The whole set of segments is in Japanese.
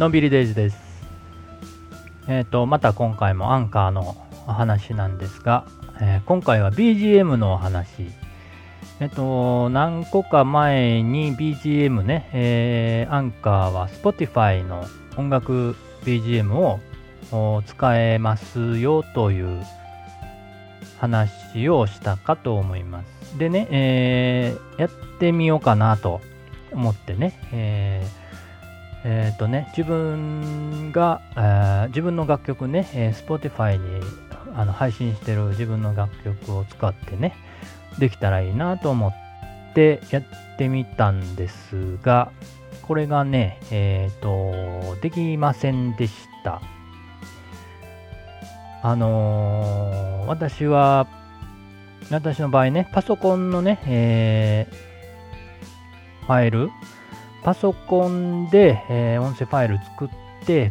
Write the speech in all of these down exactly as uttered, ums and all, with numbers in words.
のんびりデイズです。えっ、とまた今回もアンカーのお話なんですが、えー今回は ビージーエム のお話。えっ、と何個か前に ビージーエム ね、えーアンカーは Spotify の音楽 ビージーエム をお使えますよという話をしたかと思います。でね、えーやってみようかなと思ってね、えーえーとね、自分が、えー自分の楽曲ね、えー Spotify にあの配信してる自分の楽曲を使ってね、できたらいいなと思ってやってみたんですが、これがね、えーと、できませんでした。あのー私は、私の場合ね、パソコンのね、えーファイル、パソコンで、えー音声ファイル作って、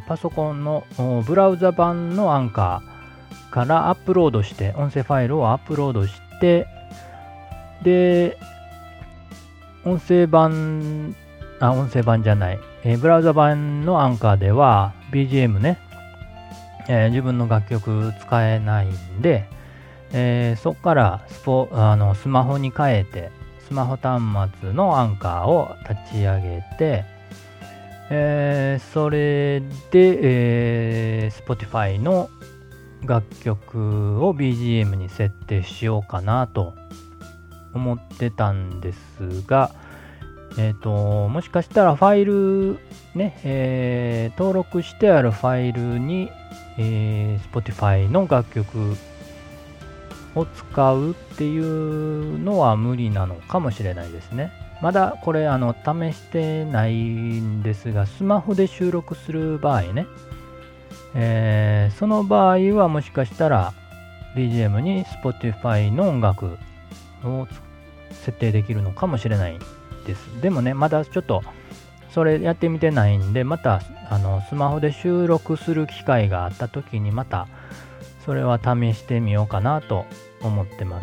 パソコンのおブラウザ版のアンカーからアップロードして、音声ファイルをアップロードして、で、音声版、あ、音声版じゃない、えーブラウザ版のアンカーでは ビージーエム ね、えー自分の楽曲使えないんで、えーそこからスポあのスマホに変えて、スマホ端末のアンカーを立ち上げて、えーそれで、えー Spotify の楽曲を ビージーエム に設定しようかなと思ってたんですが、えーと、もしかしたらファイルね、えー登録してあるファイルに、えー Spotify の楽曲を使うっていうのは無理なのかもしれないですね。まだこれあの試してないんですが、スマホで収録する場合ね、えーその場合はもしかしたら ビージーエム に Spotify の音楽を設定できるのかもしれないです。でもね、まだちょっとそれやってみてないんで、またあのスマホで収録する機会があった時にまたそれは試してみようかなと思ってます。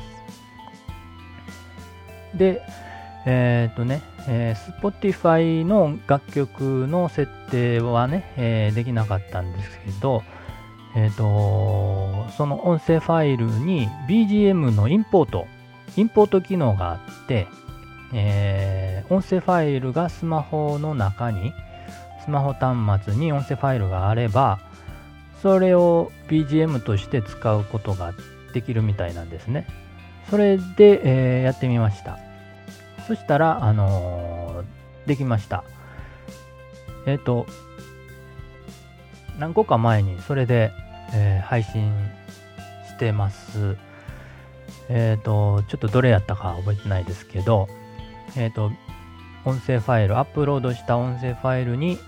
で、えっ、とね、えー Spotify の楽曲の設定はね、えーできなかったんですけど、えっ、と、その音声ファイルに ビージーエム のインポート、インポート機能があって、えー音声ファイルがスマホの中に、スマホ端末に音声ファイルがあれば、それを ビージーエム として使うことができるみたいなんですね。それで、えーやってみました。そしたら、あのーできました。えっ、と、何個か前にそれで、えー配信してます。えっ、と、ちょっとどれやったか覚えてないですけど、えっ、と、音声ファイル、アップロードした音声ファイルに、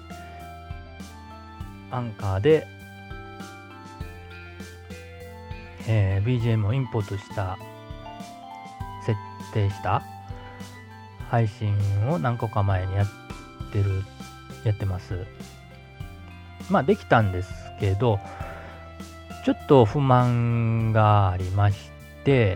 アンカーで、えー ビージーエム をインポートした、設定した配信を何個か前にやってる、やってます。まあできたんですけど、ちょっと不満がありまして、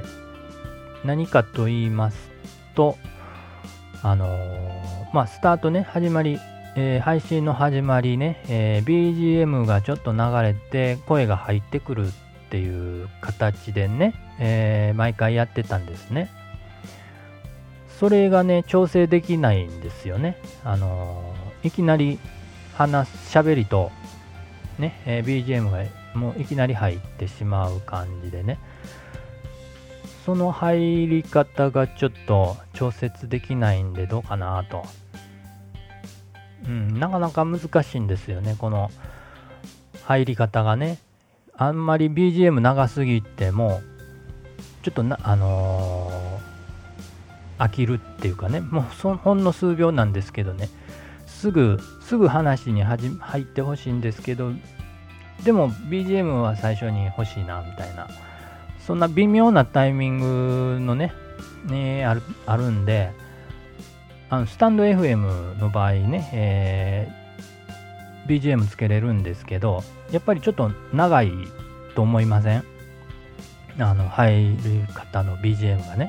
何かと言いますと、あのーまあスタートね、始まり、えー配信の始まりね、えー ビージーエム がちょっと流れて声が入ってくるっていう形でね、えー毎回やってたんですね。それがね、調整できないんですよね。あのーいきなり話す、喋りと、ね、えー ビージーエム がもういきなり入ってしまう感じでね。その入り方がちょっと調節できないんでどうかなと。うん、なかなか難しいんですよね、この入り方がね。あんまり ビージーエム 長すぎても、ちょっとな、あのー飽きるっていうかね、もうそほんの数秒なんですけどね、すぐ、すぐ話にはじ入ってほしいんですけど、でも ビージーエム は最初に欲しいな、みたいな。そんな微妙なタイミングのね、ねある、あるんで、あのスタンド エフエム の場合ね、えー ビージーエム つけれるんですけど、やっぱりちょっと長いと思いません？あの入り方の ビージーエム がね、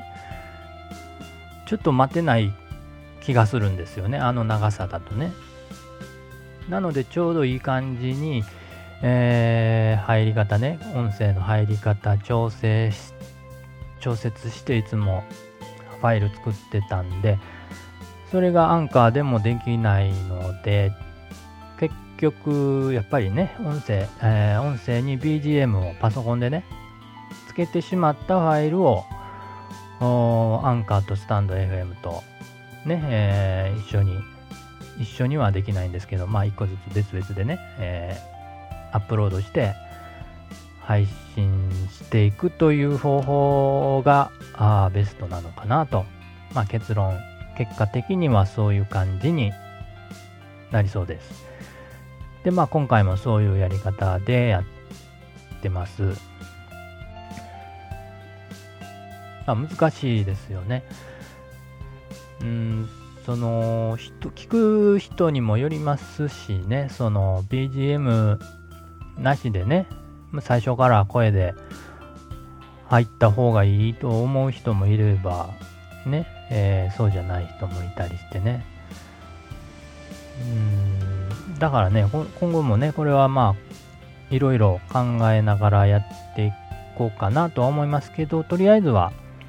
ちょっと待てない気がするんですよね、あの長さだとね。 なのでちょうどいい感じに、えー、入り方ね、音声の入り方調整し調節していつもファイル作ってたんで、それがアンカーでもできないので、結局やっぱりね、音声、えー、音声に ビージーエム をパソコンでねつけてしまったファイルをアンカーとスタンド エフエム とね、えー、一緒に一緒にはできないんですけど、まあ一個ずつ別々でね、えー、アップロードして配信していくという方法があベストなのかなと、まあ、結論結果的にはそういう感じになりそうです。でまあ今回もそういうやり方でやってます。まあ、難しいですよね。うんその人聞く人にもよりますしね、その ビージーエム なしでね、最初から声で入った方がいいと思う人もいればね、えー、そうじゃない人もいたりしてね。うんだからね、今後もね、これはまあいろいろ考えながらやっていこうかなとは思いますけど、とりあえずは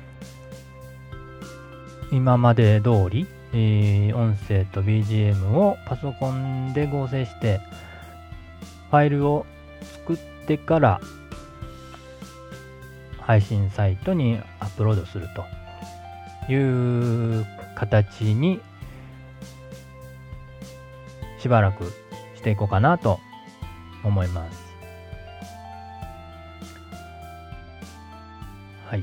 今まで通り、えー、音声と ビージーエム をパソコンで合成してファイルを作ってから配信サイトにアップロードするという形にしばらくしていこうかなと思います。はい。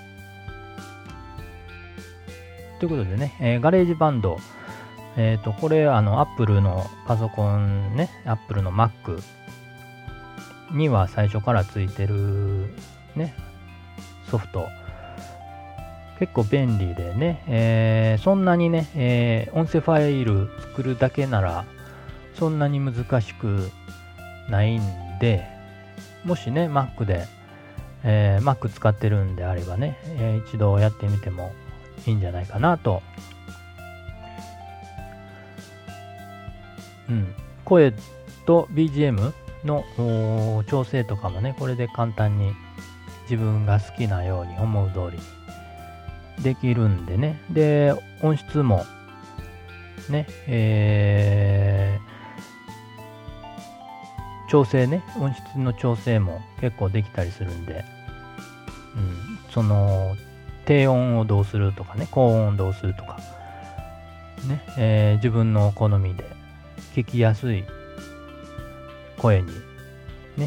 ということでね、えー、ガレージバンド、えっと、これ、あの、Apple のパソコンね、Apple の Mac には最初からついてるね、ソフト、結構便利でね、えー、そんなにね、えー、音声ファイル作るだけなら、そんなに難しくないんで、もしね、Mac で、えー、Mac 使ってるんであればね、えー、一度やってみてもいいんじゃないかなと。うん、声と ビージーエム の調整とかもね、これで簡単に自分が好きなように思う通りにできるんでね。で、音質もね、えー、調整ね、音質の調整も結構できたりするんで、うん、その低音をどうするとかね、高音をどうするとか、ね、えー、自分の好みで聞きやすい声にね、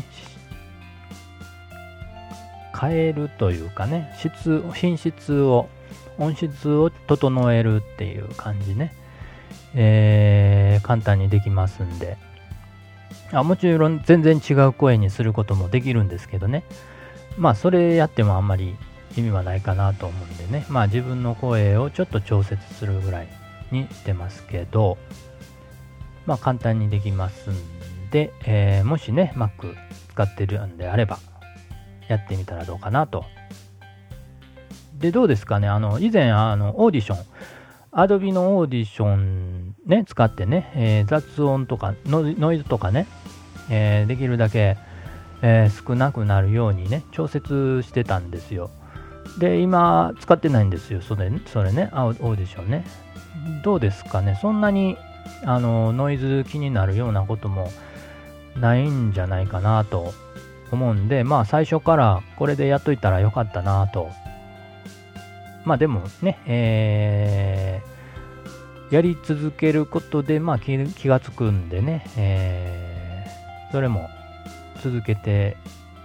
変えるというかね、質、品質を、音質を整えるっていう感じね、えー、簡単にできますんで、あ、もちろん全然違う声にすることもできるんですけどね、まあそれやってもあんまり意味はないかなと思うんでね、まあ自分の声をちょっと調節するぐらいにしてますけど、まあ簡単にできますんで、えー、もしね Mac 使ってるんであればやってみたらどうかなと。でどうですかね、あの以前あのオーディション Adobe のオーディションね使ってね、えー、雑音とかノイズとかね、えー、できるだけ、えー、少なくなるようにね調節してたんですよ。で今使ってないんですよ、それね、それねオーディションね。どうですかね、そんなにあのノイズ気になるようなこともないんじゃないかなと思うんで、まあ最初からこれでやっといたらよかったなと。まあでもね、えー、やり続けることでまあ 気, 気がつくんでね、えー、それも続けて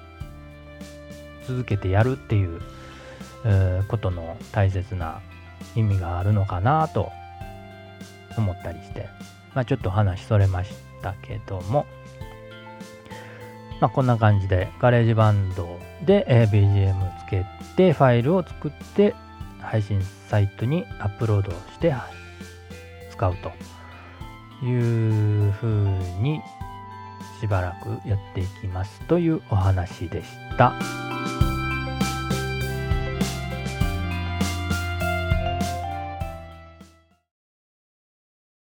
続けてやるっていう、えー、ことの大切な意味があるのかなと思ったりして、まあちょっと話それましたけども、まあこんな感じでガレージバンドで、えー、ビージーエム つけてファイルを作って配信サイトにアップロードして使うという風にしばらくやっていきますというお話でした。